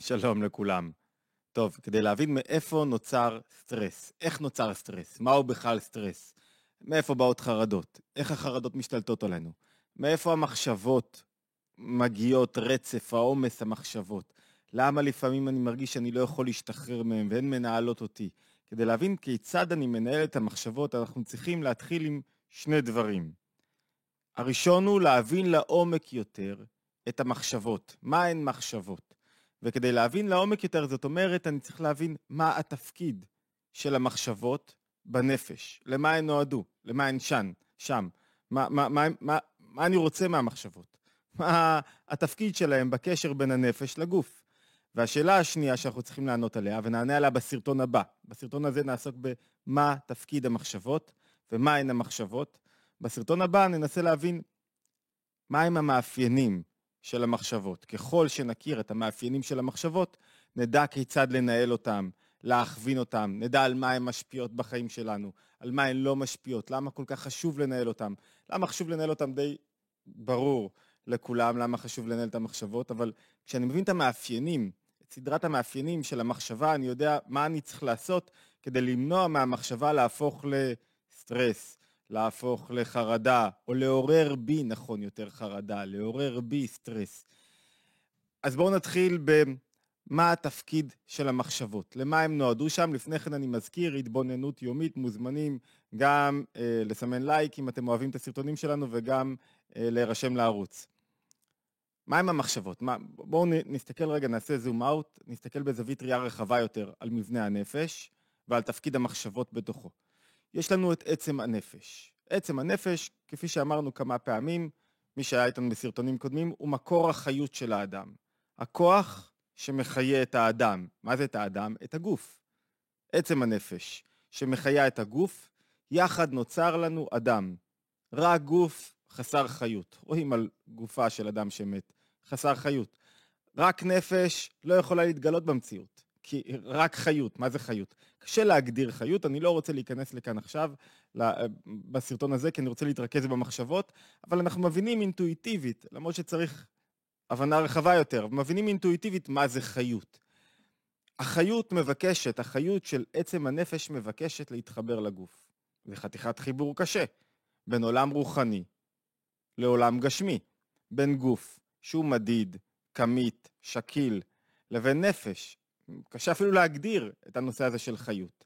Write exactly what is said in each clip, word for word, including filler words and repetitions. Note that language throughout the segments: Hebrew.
שלום לכולם. טוב, כדי להבין מאיפה נוצר סטרס, איך נוצר סטרס, מהו בכלל סטרס, מאיפה באות חרדות, איך החרדות משתלטות עלינו, מאיפה המחשבות מגיעות, רצף, העומס המחשבות, למה לפעמים אני מרגיש שאני לא יכול להשתחרר מהם והן מנהלות אותי. כדי להבין כיצד אני מנהל את המחשבות, אנחנו צריכים להתחיל עם שני דברים. הראשון הוא להבין לעומק יותר את המחשבות, מה הן מחשבות. וכדי להבין לעומק יותר, זאת אומרת, אני צריך להבין מה התפקיד של המחשבות בנפש, למה הן נועדו, למה הן שם, שם, מה, מה, מה, מה, מה אני רוצה מהמחשבות, מה התפקיד שלהם בקשר בין הנפש לגוף. והשאלה השנייה שאנחנו צריכים לענות עליה, ונענה עליה בסרטון הבא. בסרטון הזה נעסוק במה תפקיד המחשבות ומה הן המחשבות. בסרטון הבא ננסה להבין מה הם המאפיינים של המחשבות. ככל שנכיר את המאפיינים של המחשבות, נדע כיצד לנהל אותם, להכווין אותם, נדע על מה הן משפיעות בחיים שלנו, על מה הן לא משפיעות, למה כל כך חשוב לנהל אותם, למה חשוב לנהל אותם די ברור לכולם, למה חשוב לנהל את המחשבות, אבל כשאני מבין את המאפיינים, את סדרת המאפיינים של המחשבה, אני יודע מה אני צריך לעשות כדי למנוע מהמחשבה להפוך לסטרס, להפוך לחרדה, או לעורר בי, נכון יותר חרדה, לעורר בי סטרס. אז בואו נתחיל במה התפקיד של המחשבות, למה הם נועדו שם. לפני כן אני מזכיר, התבוננות יומית, מוזמנים גם אה, לסמן לייק אם אתם אוהבים את הסרטונים שלנו, וגם אה, להירשם לערוץ. מה הם המחשבות? מה, בואו נסתכל רגע, נעשה זום אאוט, נסתכל בזווית ראייה רחבה יותר על מבנה הנפש, ועל תפקיד המחשבות בתוכו. יש לנו את עצם הנפש. עצם הנפש, כפי שאמרנו כמה פעמים, מי שהיה איתנו בסרטונים קודמים, הוא מקור החיות של האדם. הכוח שמחיה את האדם. מה זה את האדם? את הגוף. עצם הנפש שמחיה את הגוף, יחד נוצר לנו אדם. רק גוף חסר חיות. רואים על גופה של אדם שמת, חסר חיות. רק נפש לא יכולה להתגלות במציאות. כי רק חיות, מה זה חיות? קשה להגדיר חיות, אני לא רוצה להיכנס לכאן עכשיו, בסרטון הזה, כי אני רוצה להתרכז במחשבות, אבל אנחנו מבינים אינטואיטיבית, למרות שצריך הבנה רחבה יותר, מבינים אינטואיטיבית מה זה חיות. החיות מבקשת, החיות של עצם הנפש מבקשת להתחבר לגוף. זה חתיכת חיבור קשה, בין עולם רוחני לעולם גשמי, בין גוף שהוא מדיד, כמית, שקיל, לבין נפש. קשה אפילו להגדיר את הנושא הזה של חיות.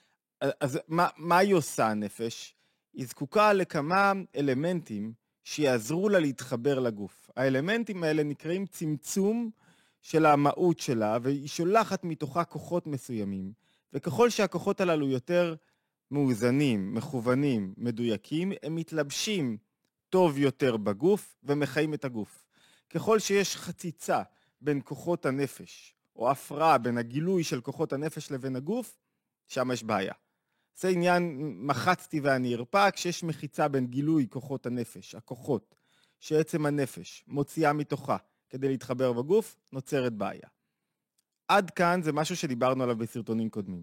אז מה, מה היא עושה הנפש? היא זקוקה לכמה אלמנטים שיעזרו לה להתחבר לגוף. האלמנטים האלה נקראים צמצום של המהות שלה, והיא שולחת מתוכה כוחות מסוימים, וככל שהכוחות הללו יותר מאוזנים, מכוונים, מדויקים, הם מתלבשים טוב יותר בגוף ומחיים את הגוף. ככל שיש חציצה בין כוחות הנפש, או הפרעה בין הגילוי של כוחות הנפש לבין הגוף, שם יש בעיה. זה עניין מחצתי ואני ארפא, כשיש מחיצה בין גילוי כוחות הנפש, הכוחות, שעצם הנפש מוציאה מתוכה כדי להתחבר בגוף, נוצרת בעיה. עד כאן זה משהו שדיברנו עליו בסרטונים קודמים.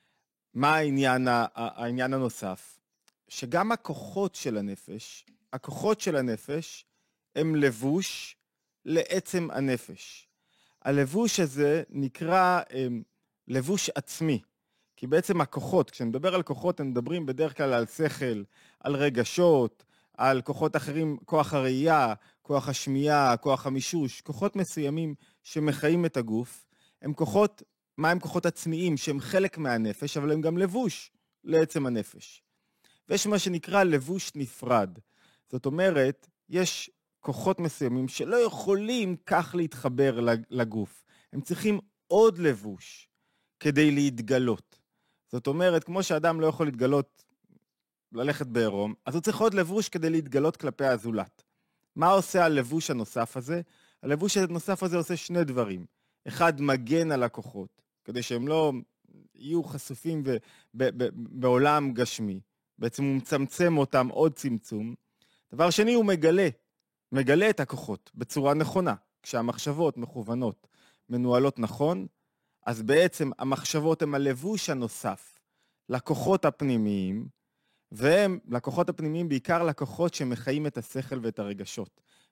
מה העניין, העניין הנוסף? שגם הכוחות של הנפש, הכוחות של הנפש הם לבוש לעצם הנפש. הלבוש הזה נקרא הם, לבוש עצמי, כי בעצם הכוחות, כשנדבר על כוחות, הם מדברים בדרך כלל על שכל, על רגשות, על כוחות אחרים, כוח הראייה, כוח השמיעה, כוח המישוש, כוחות מסוימים שמחיים את הגוף, הם כוחות, מה הם כוחות עצמיים שהם חלק מהנפש, אבל הם גם לבוש לעצם הנפש. ויש מה שנקרא לבוש נפרד. זאת אומרת, יש כוחות מסוימים שלא יכולים כך להתחבר לגוף. הם צריכים עוד לבוש כדי להתגלות. זאת אומרת, כמו שאדם לא יכול להתגלות, ללכת בעירום, אז הוא צריך עוד לבוש כדי להתגלות כלפי הזולת. מה עושה הלבוש הנוסף הזה? הלבוש הנוסף הזה עושה שני דברים. אחד, מגן על הכוחות, כדי שהם לא יהיו חשופים ב- ב- ב- בעולם גשמי. בעצם הוא מצמצם אותם עוד צמצום. דבר שני, הוא מגלה, מגלה את הכוחות בצורה נכונה. כשהמחשבות מכוונות, מנוהלות נכון, אז בעצם המחשבות הן הלבוש הנוסף לכוחות הפנימיים, והם, לקוחות הפנימיים, בעיקר לקוחות שמחיים את השכל ואת הרגשות.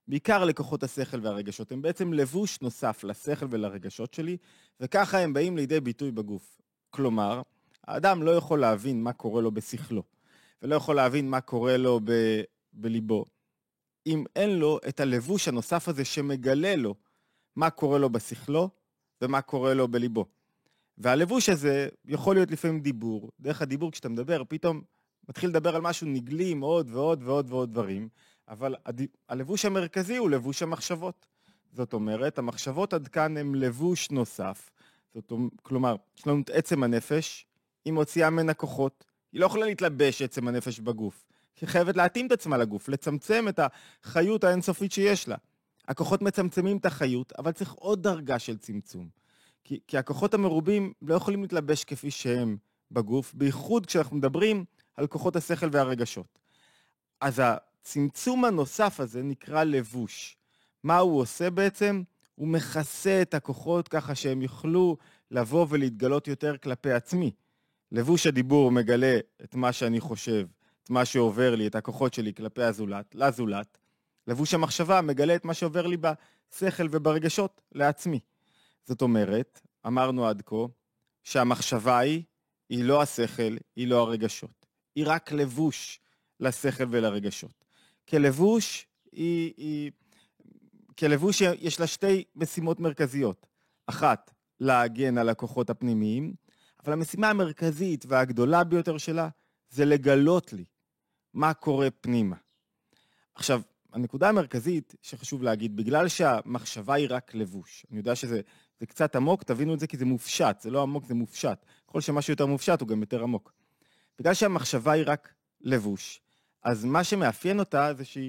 בעיקר לכוחות השכל והרגשות. הם בעצם לבוש נוסף לשכל ולרגשות שלי, וככה הם באים לידי ביטוי בגוף. כלומר, האדם לא יכול להבין מה קורה לו בשכלו, ולא יכול להבין מה קורה לו ב- בליבו, אם אין לו את הלבוש הנוסף הזה שמגלה לו מה קורה לו בשכלו ומה קורה לו בליבו. והלבוש הזה יכול להיות לפעמים דיבור. דרך הדיבור כשאתה מדבר, פתאום מתחיל לדבר על משהו נגלי עם עוד ועוד ועוד ועוד דברים, אבל הד... הלבוש המרכזי הוא לבוש המחשבות. זאת אומרת, המחשבות עד כאן הם לבוש נוסף. זאת אומרת, כלומר, יש לנו את עצם הנפש, היא מוציאה מן הכוחות, היא לא יכולה להתלבש עצם הנפש בגוף. היא חייבת להתאים את עצמה לגוף, לצמצם את החיות האינסופית שיש לה. הכוחות מצמצמים את החיות, אבל צריך עוד דרגה של צמצום. כי, כי הכוחות המרובים לא יכולים להתלבש כפי שהם בגוף, בייחוד כשאנחנו מדברים על כוחות השכל והרגשות. אז הצמצום הנוסף הזה נקרא לבוש. מה הוא עושה בעצם? הוא מכסה את הכוחות ככה שהם יוכלו לבוא ולהתגלות יותר כלפי עצמי. לבוש הדיבור מגלה את מה שאני חושב, את מה שעובר לי, את הכוחות שלי כלפי הזולת, לזולת. לבוש המחשבה מגלה את מה שעובר לי בשכל וברגשות לעצמי. זאת אומרת, אמרנו עד כה, שהמחשבה היא, היא לא השכל, היא לא הרגשות. היא רק לבוש לשכל ולרגשות. כלבוש, היא, היא, כלבוש יש לה שתי משימות מרכזיות. אחת, להגן על הכוחות הפנימיים, אבל המשימה המרכזית והגדולה ביותר שלה, זה לגלות לי מה קורה פנימה. עכשיו, הנקודה המרכזית שחשוב להגיד, בגלל שהמחשבה היא רק לבוש, אני יודע שזה זה קצת עמוק, תבינו את זה כי זה מופשט, זה לא עמוק, זה מופשט. ככל שמשהו יותר מופשט הוא גם יותר עמוק. בגלל שהמחשבה היא רק לבוש, אז מה שמאפיין אותה זה שהיא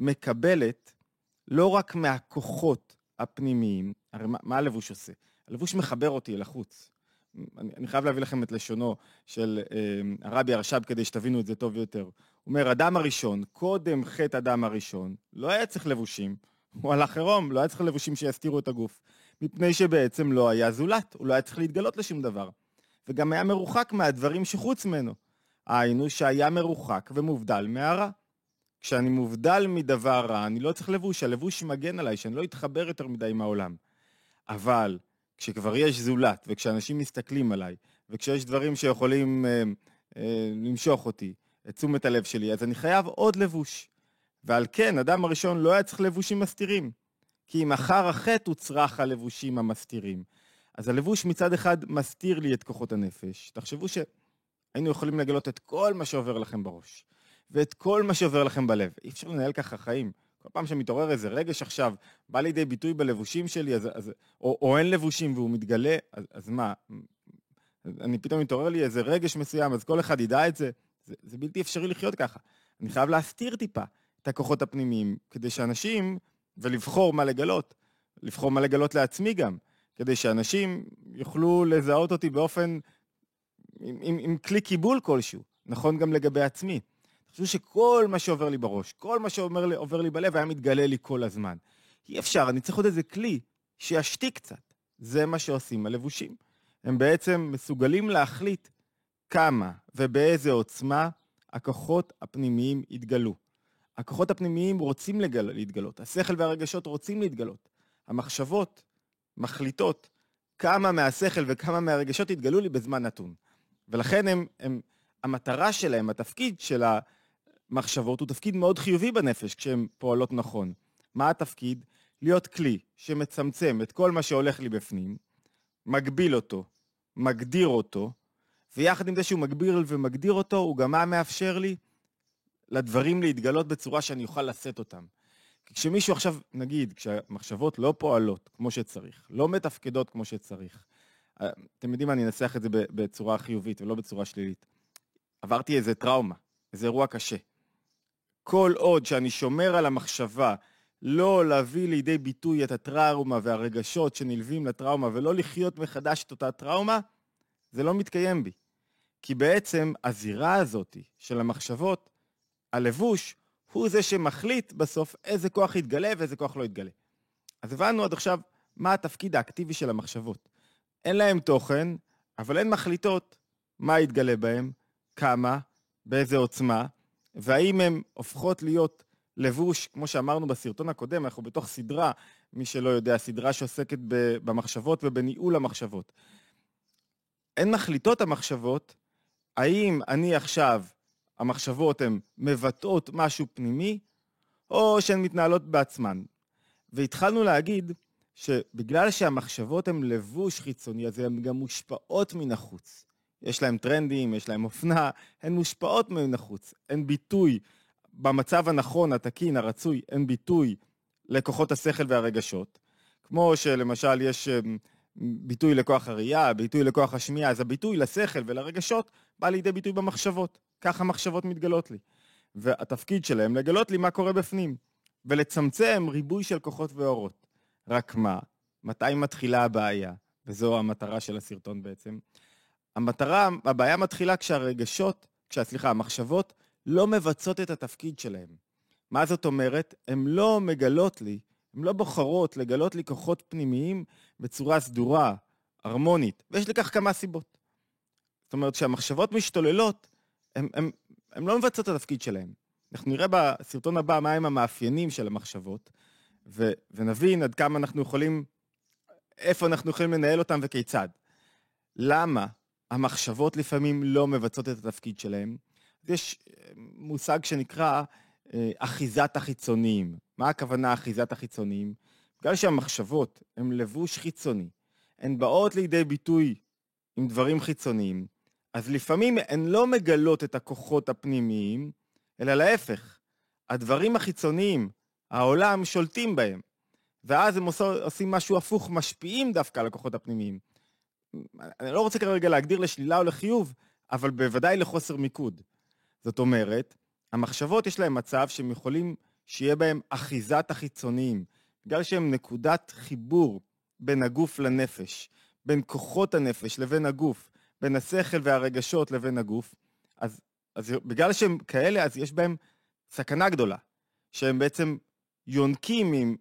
מקבלת לא רק מהכוחות הפנימיים, הרי מה, מה הלבוש עושה? הלבוש מחבר אותי אל החוץ. אני, אני חייב להביא לכם את לשונו של אה, הרבי הרש"ב כדי שתבינו את זה טוב יותר. הוא אומר, אדם הראשון, קודם חטא אדם הראשון, לא היה צריך לבושים, הוא הלך עירום, לא היה צריך לבושים שיסתירו את הגוף, מפני שבעצם לא היה זולת, הוא לא היה צריך להתגלות לשום דבר. וגם היה מרוחק מהדברים שחוץ ממנו. היינו שהיה מרוחק ומובדל מהרע. כשאני מובדל מדבר רע, אני לא צריך לבוש, הלבוש מגן עליי, שאני לא אתחבר יותר מדי עם העולם. אבל כשכבר יש זולת, וכשאנשים מסתכלים עליי, וכשיש דברים שיכולים אה, אה, למשוך אותי, את תשומת הלב שלי, אז אני חייב עוד לבוש. ועל כן, אדם הראשון לא היה צריך לבושים מסתירים. כי אם אחר החטא הוא צרך הלבושים המסתירים. אז הלבוש מצד אחד מסתיר לי את כוחות הנפש. תחשבו שהיינו יכולים לגלות את כל מה שעובר לכם בראש, ואת כל מה שעובר לכם בלב. אי אפשר לנהל ככה חיים. כל פעם שמתעורר איזה רגש עכשיו, בא לידי ביטוי בלבושים שלי, אז, אז, או, או אין לבושים והוא מתגלה, אז, אז מה? אני פתאום מתעורר לי איזה רגש מסוים, אז כל אחד ידע את זה. זה, זה בלתי אפשרי לחיות ככה. אני חייב להסתיר טיפה את הכוחות הפנימיים, כדי שאנשים, ולבחור מה לגלות, לבחור מה לגלות לעצמי גם, כדי שאנשים יוכלו לזהות אותי באופן, עם, עם, עם כלי קיבול כלשהו, נכון גם לגבי עצמי. אני חושב שכל מה שעובר לי בראש, כל מה שעובר לי בלב, היה מתגלה לי כל הזמן. אי אפשר, אני צריך עוד איזה כלי שישתיק קצת. זה מה שעושים הלבושים. הם בעצם מסוגלים להחליט כמה ובאיזה עוצמה הכוחות הפנימיים יתגלו. הכוחות הפנימיים רוצים לגל... להתגלות, השכל והרגשות רוצים להתגלות. המחשבות מחליטות כמה מהשכל וכמה מהרגשות יתגלו לי בזמן נתון. ולכן הם, הם, המטרה שלהם, התפקיד של המחשבות הוא תפקיד מאוד חיובי בנפש כשהן פועלות נכון. מה התפקיד? להיות כלי שמצמצם את כל מה שהולך לי בפנים, מגביל אותו, מגדיר אותו, ויחד עם זה שהוא מגביל ומגדיר אותו, הוא גם מה מאפשר לי לדברים להתגלות בצורה שאני אוכל לשאת אותם. כי כשמישהו עכשיו, נגיד, כשהמחשבות לא פועלות כמו שצריך, לא מתפקדות כמו שצריך, אתם יודעים מה, אני אנסח את זה בצורה חיובית ולא בצורה שלילית. עברתי איזה טראומה, איזה אירוע קשה. כל עוד שאני שומר על המחשבה, לא להביא לידי ביטוי את הטראומה והרגשות שנלווים לטראומה, ולא לחיות מחדש את אותה טראומה, זה לא מתקיים בי. כי בעצם הזירה הזאת של המחשבות, הלבוש, הוא זה שמחליט בסוף איזה כוח יתגלה ואיזה כוח לא יתגלה. אז הבנו עד עכשיו מה התפקיד האקטיבי של המחשבות. אין להם תוכן, אבל הן מחליטות מה יתגלה בהם, כמה, באיזה עוצמה, והאם הן הופכות להיות לבוש, כמו שאמרנו בסרטון הקודם, אנחנו בתוך סדרה, מי שלא יודע, סדרה שעוסקת במחשבות ובניהול המחשבות. הן מחליטות המחשבות, האם אני עכשיו, המחשבות הן מבטאות משהו פנימי, או שהן מתנהלות בעצמן. והתחלנו להגיד שבגלל שהמחשבות הן לבוש חיצוני, אז הן גם מושפעות מן החוץ. יש להן טרנדים, יש להן אופנה, הן מושפעות מן החוץ. הן ביטוי, במצב הנכון, התקין, הרצוי, הן ביטוי לכוחות השכל והרגשות. כמו שלמשל יש ביטוי לכוח הראייה, ביטוי לכוח השמיעה, אז הביטוי לשכל ולרגשות בא לידי ביטוי במחשבות. ככה המחשבות מתגלות לי. והתפקיד שלהם לגלות לי מה קורה בפנים, ולצמצם ריבוי של כוחות ואורות. רק מה? מתי מתחילה הבעיה? וזו המטרה של הסרטון בעצם. המטרה, הבעיה מתחילה כשהרגשות, כשסליחה, המחשבות לא מבצעות את התפקיד שלהם. מה זאת אומרת? הן לא מגלות לי, הן לא בוחרות לגלות לי כוחות פנימיים בצורה סדורה, הרמונית, ויש לכך כמה סיבות. זאת אומרת שהמחשבות משתוללות, הן לא מבצעות את התפקיד שלהן. אנחנו נראה בסרטון הבא מהם המאפיינים של המחשבות, ו, ונבין עד כמה אנחנו יכולים, איפה אנחנו יכולים לנהל אותם וכיצד. למה המחשבות לפעמים לא מבצעות את התפקיד שלהן? יש מושג שנקרא אה, אחיזת החיצוניים. מה הכוונה אחיזת החיצוניים? בגלל שהמחשבות הן לבוש חיצוני, הן באות לידי ביטוי עם דברים חיצוניים, אז לפעמים הן לא מגלות את הכוחות הפנימיים, אלא להפך, הדברים החיצוניים, העולם שולטים בהם, ואז הם עושים משהו הפוך, משפיעים דווקא על הכוחות הפנימיים. אני לא רוצה כרגע להגדיר לשלילה או לחיוב, אבל בוודאי לחוסר מיקוד. זאת אומרת, המחשבות יש להם מצב שהם יכולים שיהיה בהם אחיזת החיצוניים, בגלל שהם נקודת חיבור בין הגוף לנפש, בין כוחות הנפש לבין הגוף, בין השכל והרגשות לבין הגוף, אז, אז בגלל שהם כאלה, אז יש בהם סכנה גדולה, שהם בעצם יונקים, עם,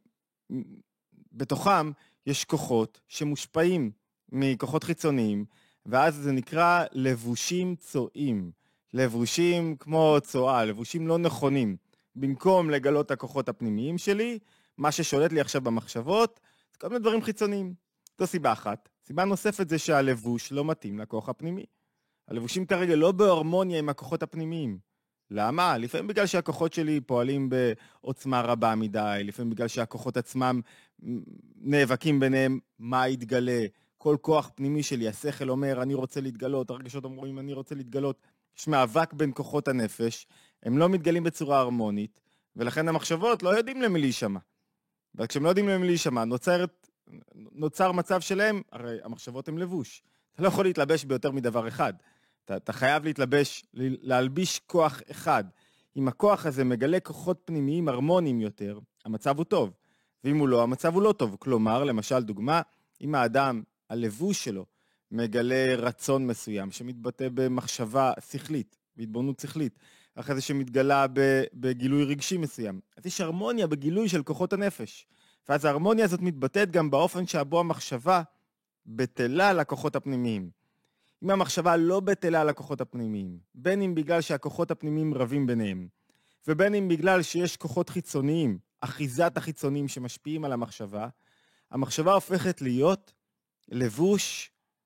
בתוכם יש כוחות שמושפעים מכוחות חיצוניים, ואז זה נקרא לבושים צועים, לבושים כמו צועה, לבושים לא נכונים. במקום לגלות את הכוחות הפנימיים שלי, מה ששולט לי עכשיו במחשבות, זה כל מיני דברים חיצוניים. זו סיבה אחת. סיבה נוספת זה שהלבוש לא מתאים לכוח הפנימי. הלבושים כרגע לא בהרמוניה עם הכוחות הפנימיים. למה? לפעמים בגלל שהכוחות שלי פועלים בעוצמה רבה מדי, לפעמים בגלל שהכוחות עצמם נאבקים ביניהם מה יתגלה. כל כוח פנימי שלי, השכל אומר אני רוצה להתגלות, הרגשות אומרים אני רוצה להתגלות. יש מאבק בין כוחות הנפש, הם לא מתגלים בצורה הרמונית, ולכן המחשבות לא יודעים למי להישמע. וכשהם לא יודעים למי להישמע, נוצרת, נוצר מצב שלהם, הרי המחשבות הם לבוש. אתה לא יכול להתלבש ביותר מדבר אחד. אתה, אתה חייב להתלבש, להלביש כוח אחד. אם הכוח הזה מגלה כוחות פנימיים הרמוניים יותר, המצב הוא טוב. ואם הוא לא, המצב הוא לא טוב. כלומר, למשל דוגמה, אם האדם, הלבוש שלו, מגלה רצון מסוים, שמתבטא במחשבה שכלית, בהתבוננות שכלית, אחרי זה שמתגלה בגילוי רגשי מסוים. אז יש הרמוניה בגילוי של כוחות הנפש. ואז ההרמוניה הזאת מתבטאת גם באופן שבו המחשבה בטלה לכוחות הפנימיים. אם המחשבה לא בטלה לכוחות הפנימיים, בין אם בגלל שהכוחות הפנימיים רבים ביניהם, ובין אם בגלל שיש כוחות חיצוניים, אחיזת החיצוניים שמשפיעים על המחשבה, המחשבה הופכת להיות לבוש,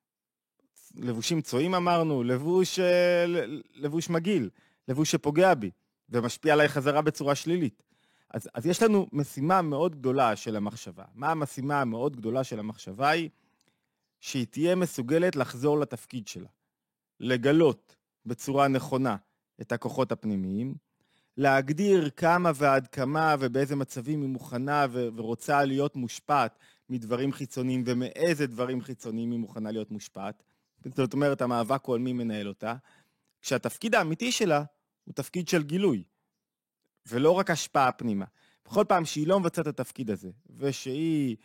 לבושים צועים אמרנו, לבוש, לבוש מגיל, לבוש שפוגע בי, ומשפיע עליי חזרה בצורה שלילית. אז, אז יש לנו משימה מאוד גדולה של המחשבה. מה המשימה המאוד גדולה של המחשבה היא? שהיא תהיה מסוגלת לחזור לתפקיד שלה. לגלות בצורה נכונה את הכוחות הפנימיים, להגדיר כמה ועד כמה ובאיזה מצבים היא מוכנה ו- ורוצה להיות מושפעת מדברים חיצוניים, ומאיזה דברים חיצוניים היא מוכנה להיות מושפעת. זאת אומרת, המאבק הוא על מי מנהל אותה, כשהתפקיד האמיתי שלה הוא תפקיד של גילוי, ולא רק השפעה פנימה. בכל פעם שהיא לא מבצעת את התפקיד הזה, ושהיא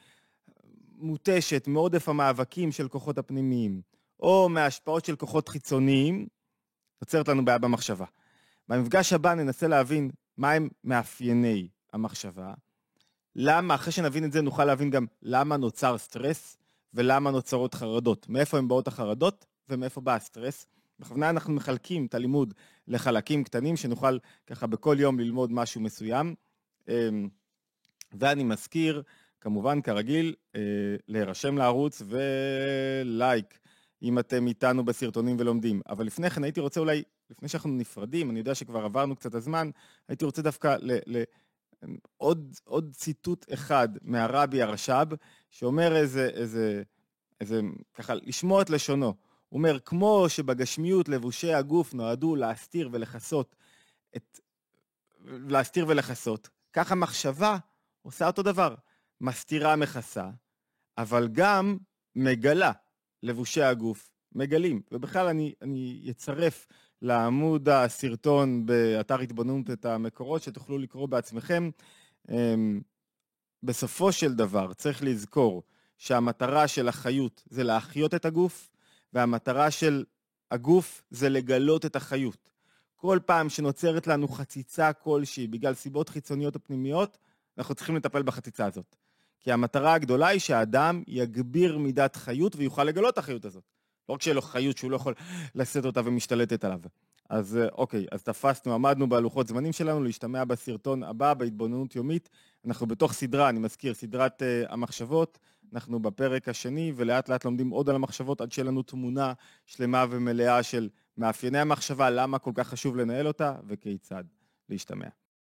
מוטשת מעודף המאבקים של כוחות הפנימיים, או מההשפעות של כוחות חיצוניים, נוצרת לנו בעיה במחשבה. במפגש הבא ננסה להבין מהם מאפייני המחשבה, למה, אחרי שנבין את זה נוכל להבין גם למה נוצר סטרס, ולמה נוצרות חרדות, מאיפה הם באות החרדות, ומאיפה בא הסטרס. בכוונה אנחנו מחלקים את הלימוד לחלקים קטנים, שנוכל ככה בכל יום ללמוד משהו מסוים, אמ, ואני מזכיר, כמובן כרגיל, אה, להירשם לערוץ ולייק, אם אתם איתנו בסרטונים ולומדים. אבל לפני כן הייתי רוצה אולי, לפני שאנחנו נפרדים, אני יודע שכבר עברנו קצת הזמן, הייתי רוצה דווקא ל... ל עוד, עוד ציטוט אחד מהרבי הרש"ב, שאומר איזה, איזה, איזה, ככה, לשמוע את לשונו. הוא אומר, כמו שבגשמיות לבושי הגוף נועדו להסתיר ולכסות את, להסתיר ולכסות, ככה מחשבה עושה אותו דבר. מסתירה מכסה, אבל גם מגלה. לבושי הגוף מגלים. ובכלל אני, אני אצרף לעמוד הסרטון באתר התבוננות את המקורות שתוכלו לקרוא בעצמכם. בסופו של דבר צריך לזכור שהמטרה של החיות זה להחיות את הגוף, והמטרה של הגוף זה לגלות את החיות. כל פעם שנוצרת לנו חציצה כלשהי בגלל סיבות חיצוניות או פנימיות, אנחנו צריכים לטפל בחציצה הזאת. כי המטרה הגדולה היא שהאדם יגביר מידת חיות ויוכל לגלות את החיות הזאת. לא רק שיהיה לו חיות שהוא לא יכול לשאת אותה ומשתלטת עליו. אז אוקיי, אז תפסנו, עמדנו בלוחות זמנים שלנו, להשתמע בסרטון הבא, בהתבוננות יומית. אנחנו בתוך סדרה, אני מזכיר, סדרת uh, המחשבות. אנחנו בפרק השני, ולאט לאט לומדים עוד על המחשבות, עד שיהיה לנו תמונה שלמה ומלאה של מאפייני המחשבה, למה כל כך חשוב לנהל אותה, וכיצד להשתמע.